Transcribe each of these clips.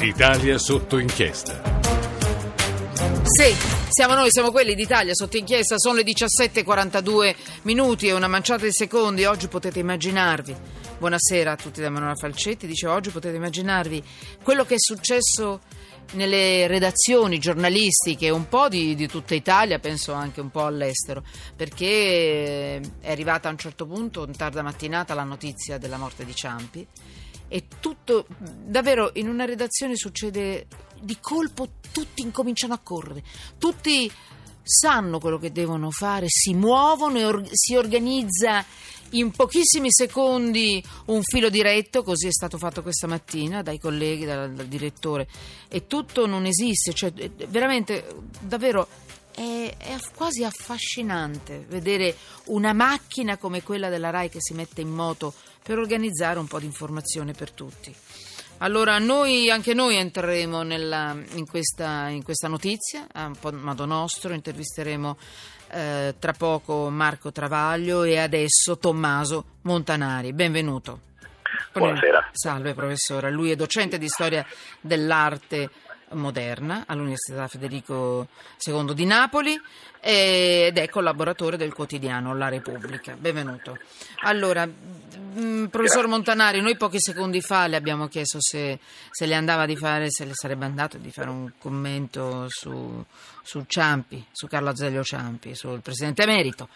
Italia sotto inchiesta. Sì, siamo noi, siamo quelli d'Italia sotto inchiesta. Sono le 17:42 e una manciata di secondi. Oggi potete immaginarvi, buonasera a tutti da Manuela Falcetti, dicevo, oggi potete immaginarvi quello che è successo nelle redazioni giornalistiche un po' di tutta Italia, penso anche un po' all'estero, perché è arrivata a un certo punto, in tarda mattinata, la notizia della morte di Ciampi. E tutto, davvero, in una redazione succede di colpo, tutti incominciano a correre, tutti sanno quello che devono fare, si muovono e si organizza in pochissimi secondi un filo diretto, così è stato fatto questa mattina dai colleghi, dal direttore, e tutto non esiste, cioè veramente, davvero è quasi affascinante vedere una macchina come quella della RAI che si mette in moto per organizzare un po' di informazione per tutti. Allora anche noi entreremo in questa notizia a un po' modo nostro, intervisteremo tra poco Marco Travaglio e adesso Tommaso Montanari. Benvenuto. Buonasera. Salve professore, lui è docente di storia dell'arte moderna all'Università Federico II di Napoli ed è collaboratore del quotidiano La Repubblica. Benvenuto. Allora, professor Montanari, noi pochi secondi fa le abbiamo chiesto se le andava di fare, se le sarebbe andato di fare un commento su Ciampi, su Carlo Azeglio Ciampi, sul presidente emerito.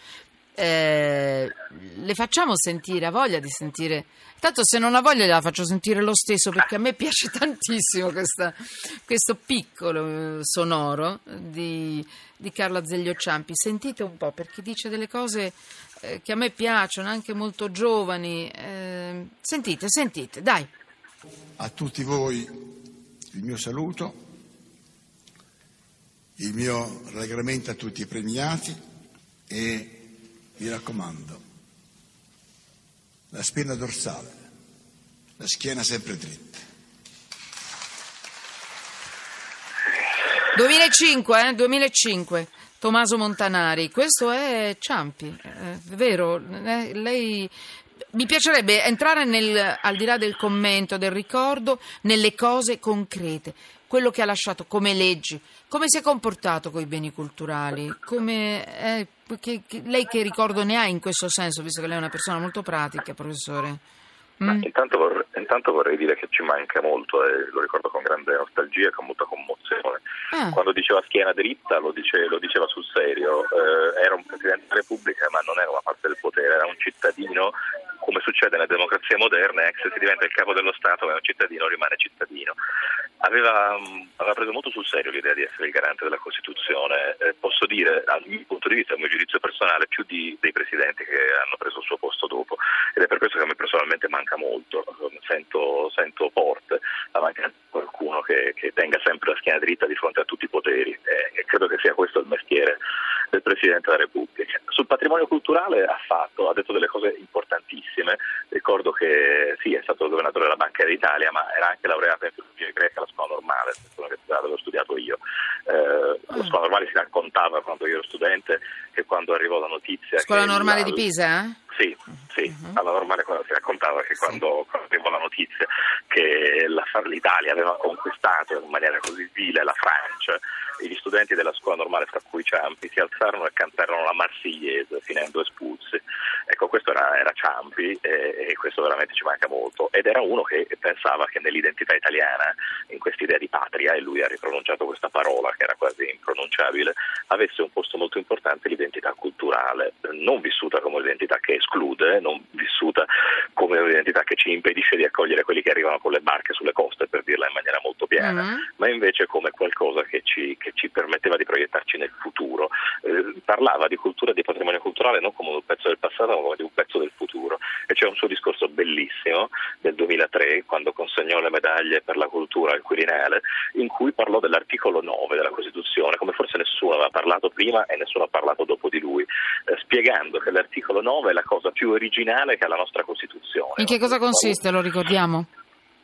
Le facciamo sentire, ha voglia di sentire? Tanto se non ha voglia la faccio sentire lo stesso, perché a me piace tantissimo questo piccolo sonoro di Carlo Azeglio Ciampi. Sentite un po', perché dice delle cose che a me piacciono, anche molto giovani. Sentite, dai. A tutti voi il mio saluto, il mio rallegramento a tutti i premiati e mi raccomando, la spina dorsale, la schiena sempre dritta. 2005, Tommaso Montanari, questo è Ciampi, vero? Lei, mi piacerebbe entrare al di là del commento, del ricordo, nelle cose concrete, quello che ha lasciato come leggi, come si è comportato con i beni culturali, lei che ricordo ne ha in questo senso, visto che lei è una persona molto pratica, professore? Intanto vorrei dire che ci manca molto e lo ricordo con grande nostalgia e con molta commozione. Quando diceva schiena dritta lo diceva sul serio. Era un Presidente della Repubblica, ma non era una parte del potere, era un cittadino. Come succede nelle democrazie moderne, se si diventa il capo dello Stato, ma un cittadino rimane cittadino. Aveva preso molto sul serio l'idea di essere il garante della Costituzione, posso dire, dal mio punto di vista, dal mio giudizio personale, più dei presidenti che hanno preso il suo posto dopo, ed è per questo che a me personalmente manca molto, sento forte la mancanza di qualcuno che tenga sempre la schiena dritta di fronte a tutti i poteri, e credo che sia questo il mestiere del Presidente della Repubblica. Sul patrimonio culturale ha detto delle cose importantissime. Ricordo che sì, è stato il governatore della Banca d'Italia, ma era anche laureato in filologia greca alla scuola normale, l'università dove ho studiato io. Alla scuola normale si raccontava, quando io ero studente, che quando arrivò la notizia... Scuola normale di Pisa? Sì, alla normale si raccontava che quando arrivò la notizia che l'Italia aveva conquistato in maniera così vile la Francia, gli studenti della scuola normale, fra cui Ciampi, si alzarono e cantarono la Marsigliese, finendo espulsi. Ecco, questo era Ciampi e questo veramente ci manca molto. Ed era uno che pensava che nell'identità italiana, in questa idea di patria, e lui ha ripronunciato questa parola che era quasi impronunciabile, avesse un posto molto importante l'identità culturale, non vissuta come un'identità che esclude, non vissuta come un'identità che ci impedisce di accogliere quelli che arrivano con le barche sulle coste, per dirla in maniera molto piena, ma invece come qualcosa che ci permetteva di proiettarci nel futuro. Parlava di cultura e di patrimonio culturale non come un pezzo del passato, ma come di un pezzo del futuro. E c'è un suo discorso bellissimo del 2003, quando consegnò le medaglie per la cultura al Quirinale, in cui parlò dell'articolo 9 della Costituzione, come forse nessuno aveva parlato prima e nessuno ha parlato dopo di lui, spiegando che l'articolo 9 è la cosa più originale che ha la nostra Costituzione. In che cosa consiste, lo ricordiamo?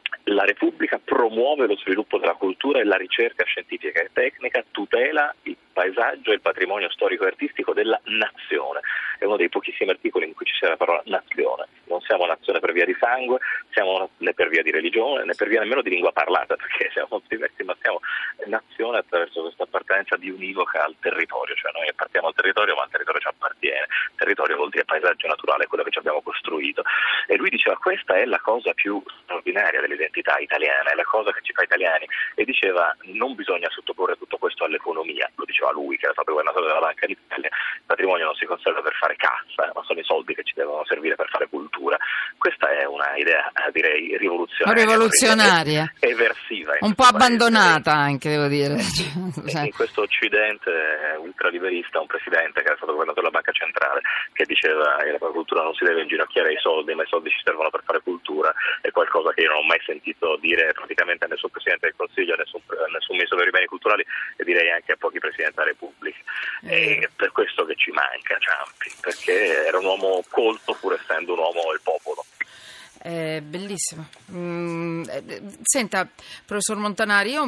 La Repubblica promuove lo sviluppo della cultura e la ricerca scientifica e tecnica, tutela il paesaggio e il patrimonio storico e artistico della nazione. È uno dei pochissimi articoli in cui ci sia la parola nazione. Non siamo nazione per via di sangue, siamo né per via di religione, né per via nemmeno di lingua parlata, perché siamo diversi, ma siamo nazione attraverso questa appartenenza di univoca al territorio, cioè noi appartiamo al territorio, ma il territorio ci appartiene. Territorio vuol dire paesaggio naturale, quello che ci abbiamo costruito. E lui diceva: questa è la cosa più straordinaria dell'identità italiana, è la cosa che ci fa italiani. E diceva: non bisogna sottoporre tutto questo all'economia. Lo diceva lui, che era stato governatore della Banca d'Italia. Il patrimonio non si conserva per fare cassa, ma sono i soldi che ci devono servire per fare cultura. Questa è una idea, direi, rivoluzionaria. Eversiva. Un po' abbandonata anche, devo dire. In questo occidente ultraliberista, un presidente che era stato governatore della Banca Centrale, che diceva che la cultura non si deve inginocchiare ai soldi, ma i soldi ci servono per fare cultura, è qualcosa che io non ho mai sentito dire praticamente a nessun Presidente del Consiglio, a nessun Ministro dei Beni Culturali, e direi anche a pochi Presidenti della Repubblica. E per questo che ci manca Ciampi, perché era un uomo colto pur essendo un uomo del popolo. Bellissimo. Senta, professor Montanari, io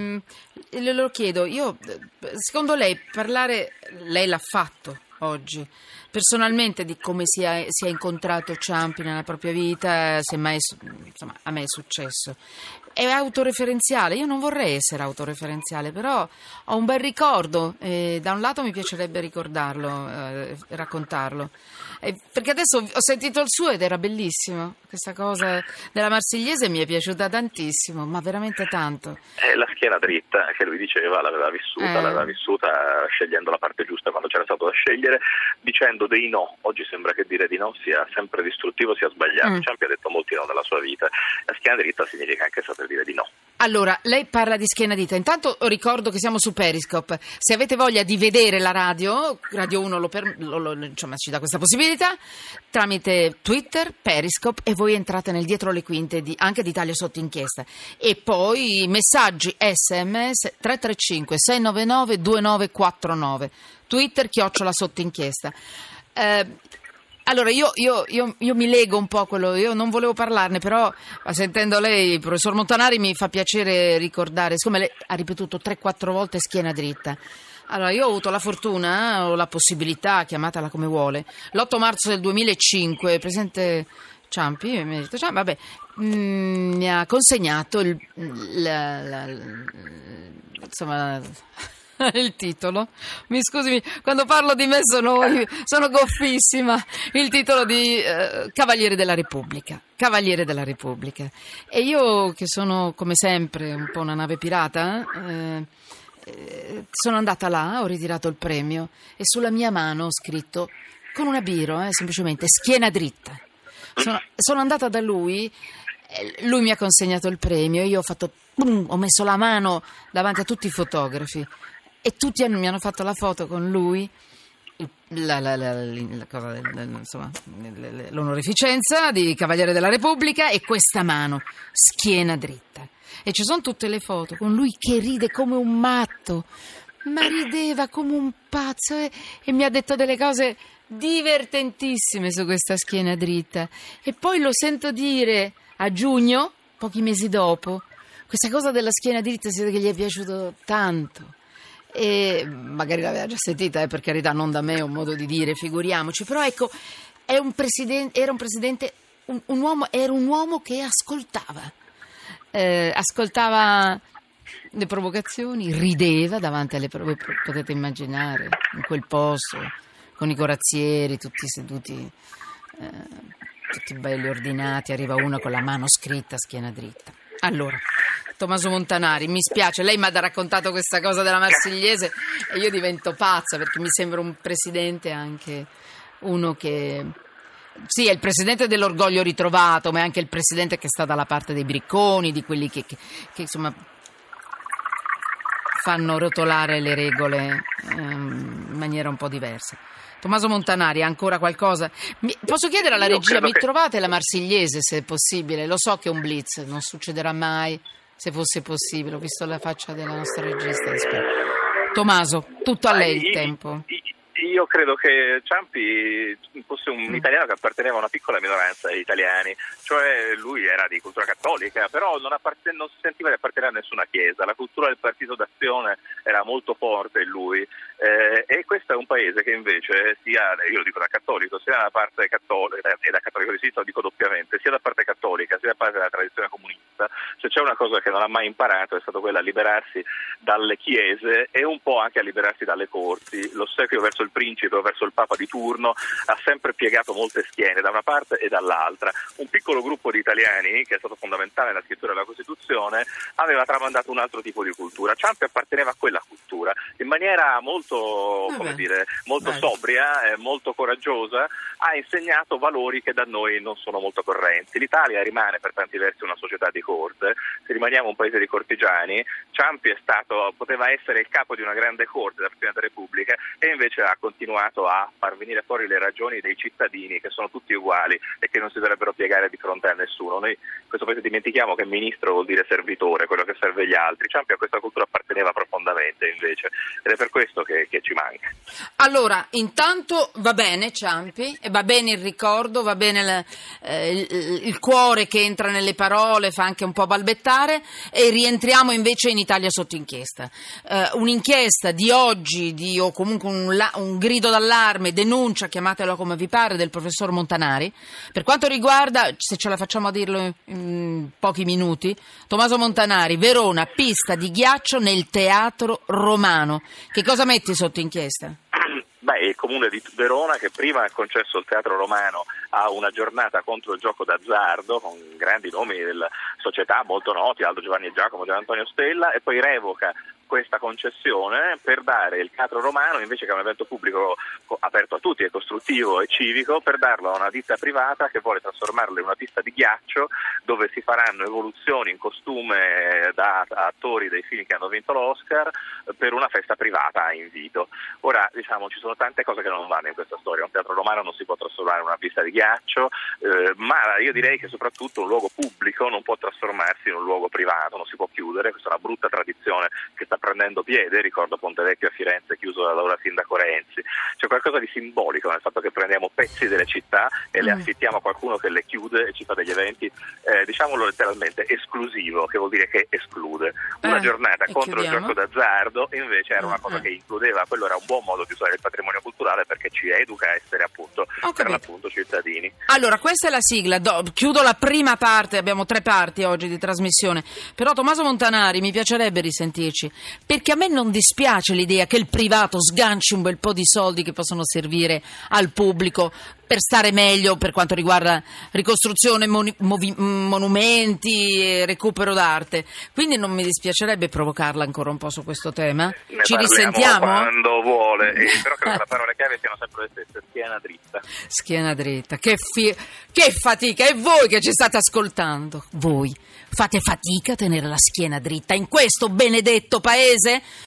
lo chiedo, secondo lei lei l'ha fatto oggi personalmente, di come si è incontrato Ciampi nella propria vita, se mai, insomma, a me è successo. È autoreferenziale? Io non vorrei essere autoreferenziale, però ho un bel ricordo e da un lato mi piacerebbe ricordarlo, raccontarlo. Perché adesso ho sentito il suo ed era bellissimo. Questa cosa della Marsigliese mi è piaciuta tantissimo, ma veramente tanto. La schiena dritta che lui diceva l'aveva vissuta scegliendo la parte giusta quando c'era stato da scegliere, dicendo dei no. Oggi sembra che dire di no sia sempre distruttivo, sia sbagliato. Ciampi ha detto molti no nella sua vita. La schiena dritta significa anche saper dire di no. Allora, lei parla di schiena dritta. Intanto ricordo che siamo su Periscope. Se avete voglia di vedere la Radio 1 insomma, ci dà questa possibilità tramite Twitter, Periscope, e voi entrate nel dietro le quinte anche di Italia sotto inchiesta. E poi messaggi SMS 335 699 2949, Twitter @ @sottoinchiesta. Allora io mi lego un po' a quello, io non volevo parlarne, però sentendo lei, professor Montanari, mi fa piacere ricordare, siccome lei ha ripetuto 3-4 volte schiena dritta. Allora, io ho avuto la fortuna o la possibilità, chiamatela come vuole, l'8 marzo del 2005, il presidente Ciampi mi ha detto, vabbè, mi ha consegnato insomma, il titolo. Mi scusi, quando parlo di me sono goffissima. Il titolo di Cavaliere della Repubblica. Cavaliere della Repubblica. E io, che sono come sempre un po' una nave pirata, sono andata là, ho ritirato il premio e sulla mia mano ho scritto con una biro, semplicemente schiena dritta. Sono andata da lui mi ha consegnato il premio, io ho messo la mano davanti a tutti i fotografi e tutti mi hanno fatto la foto con lui, l'onorificenza di Cavaliere della Repubblica e questa mano, schiena dritta. E ci sono tutte le foto con lui che ride come un matto, ma rideva come un pazzo e mi ha detto delle cose divertentissime su questa schiena dritta. E poi lo sento dire a giugno, pochi mesi dopo, questa cosa della schiena dritta si vede che gli è piaciuto tanto. E magari l'aveva già sentita, per carità, non da me, è un modo di dire, figuriamoci, però ecco, era un presidente, era un uomo che ascoltava le provocazioni, rideva davanti alle provocazioni, potete immaginare, in quel posto, con i corazzieri, tutti seduti, tutti belli ordinati, arriva uno con la mano scritta, schiena dritta. Allora, Tommaso Montanari, mi spiace, lei mi ha raccontato questa cosa della Marsigliese e io divento pazza, perché mi sembra un presidente anche uno che... Sì, è il presidente dell'orgoglio ritrovato, ma è anche il presidente che sta dalla parte dei bricconi, di quelli che insomma fanno rotolare le regole in maniera un po' diversa. Tommaso Montanari, ancora qualcosa? Posso chiedere alla regia, mi trovate la Marsigliese se è possibile? Lo so che è un blitz, non succederà mai, se fosse possibile, ho visto la faccia della nostra regista. Tommaso, tutto a lei il tempo. io credo che Ciampi fosse un italiano che apparteneva a una piccola minoranza di italiani, cioè lui era di cultura cattolica, però non si sentiva di appartenere a nessuna chiesa, la cultura del partito d'azione era molto forte in lui, e questo è un paese che invece sia, io lo dico da cattolico, sia da parte cattolica, e da cattolico di sinistra lo dico doppiamente, sia da parte cattolica sia da parte della tradizione comunista, se c'è una cosa che non ha mai imparato è stato quella a liberarsi dalle chiese e un po' anche a liberarsi dalle corti. L'ossequio verso il principe o verso il papa di turno ha sempre piegato molte schiene da una parte e dall'altra. Un piccolo gruppo di italiani, che è stato fondamentale nella scrittura della Costituzione, aveva tramandato un altro tipo di cultura. Ciampi apparteneva a quella cultura in maniera molto, molto sobria, molto coraggiosa, ha insegnato valori che da noi non sono molto correnti. L'Italia rimane per tanti versi una società di corte, se rimaniamo un paese di cortigiani. Ciampi poteva essere il capo di una grande corte della Prima Repubblica e invece ha continuato a far venire fuori le ragioni dei cittadini che sono tutti uguali e che non si dovrebbero piegare di fronte a nessuno. Noi in questo paese dimentichiamo che ministro vuol dire servitore, quello che serve gli altri. Ciampi a questa cultura apparteneva profondamente invece ed è per questo che ci manca. Allora, intanto va bene Ciampi, e va bene il ricordo, va bene il cuore che entra nelle parole, fa anche un po' balbettare, e rientriamo invece in Italia sotto inchiesta. Un'inchiesta di oggi, o comunque un grido d'allarme, denuncia, chiamatelo come vi pare, del professor Montanari, per quanto riguarda, se ce la facciamo a dirlo in pochi minuti, Tommaso Montanari, Verona, pista di ghiaccio nel Teatro Romano. Che cosa metti sotto inchiesta? Il comune di Verona, che prima ha concesso il Teatro Romano a una giornata contro il gioco d'azzardo con grandi nomi della società molto noti, Aldo Giovanni e Giacomo, Gian Antonio Stella, e poi revoca questa concessione per dare il Teatro Romano, invece che a un evento pubblico aperto a tutti e costruttivo e civico, per darlo a una ditta privata che vuole trasformarlo in una pista di ghiaccio dove si faranno evoluzioni in costume da attori dei film che hanno vinto l'Oscar per una festa privata a invito. Ora, ci sono tante cose che non vanno in questa storia. Un Teatro Romano non si può trasformare in una pista di ghiaccio, ma io direi che soprattutto un luogo pubblico non può trasformarsi in un luogo privato, non si può chiudere. Questa è una brutta tradizione che sta prendendo piede, ricordo Ponte Vecchio a Firenze chiuso dall'allora sindaco Renzi. C'è qualcosa di simbolico nel fatto che prendiamo pezzi delle città e le affittiamo a qualcuno che le chiude e ci fa degli eventi, diciamolo letteralmente, esclusivo, che vuol dire che esclude. Una giornata contro il gioco d'azzardo invece era una cosa che includeva, quello era un buon modo di usare il patrimonio culturale perché ci educa a essere appunto per l'appunto cittadini. Allora, questa è la sigla, chiudo la prima parte, abbiamo 3 parti oggi di trasmissione, però Tommaso Montanari mi piacerebbe risentirci, perché a me non dispiace l'idea che il privato sganci un bel po' di soldi che possono servire al pubblico per stare meglio per quanto riguarda ricostruzione, monumenti e recupero d'arte. Quindi non mi dispiacerebbe provocarla ancora un po' su questo tema. Ci risentiamo? Quando vuole, però credo che la parola chiave siano sempre le stesse: schiena dritta. Schiena dritta, che fatica! E voi che ci state ascoltando, voi fate fatica a tenere la schiena dritta in questo benedetto paese?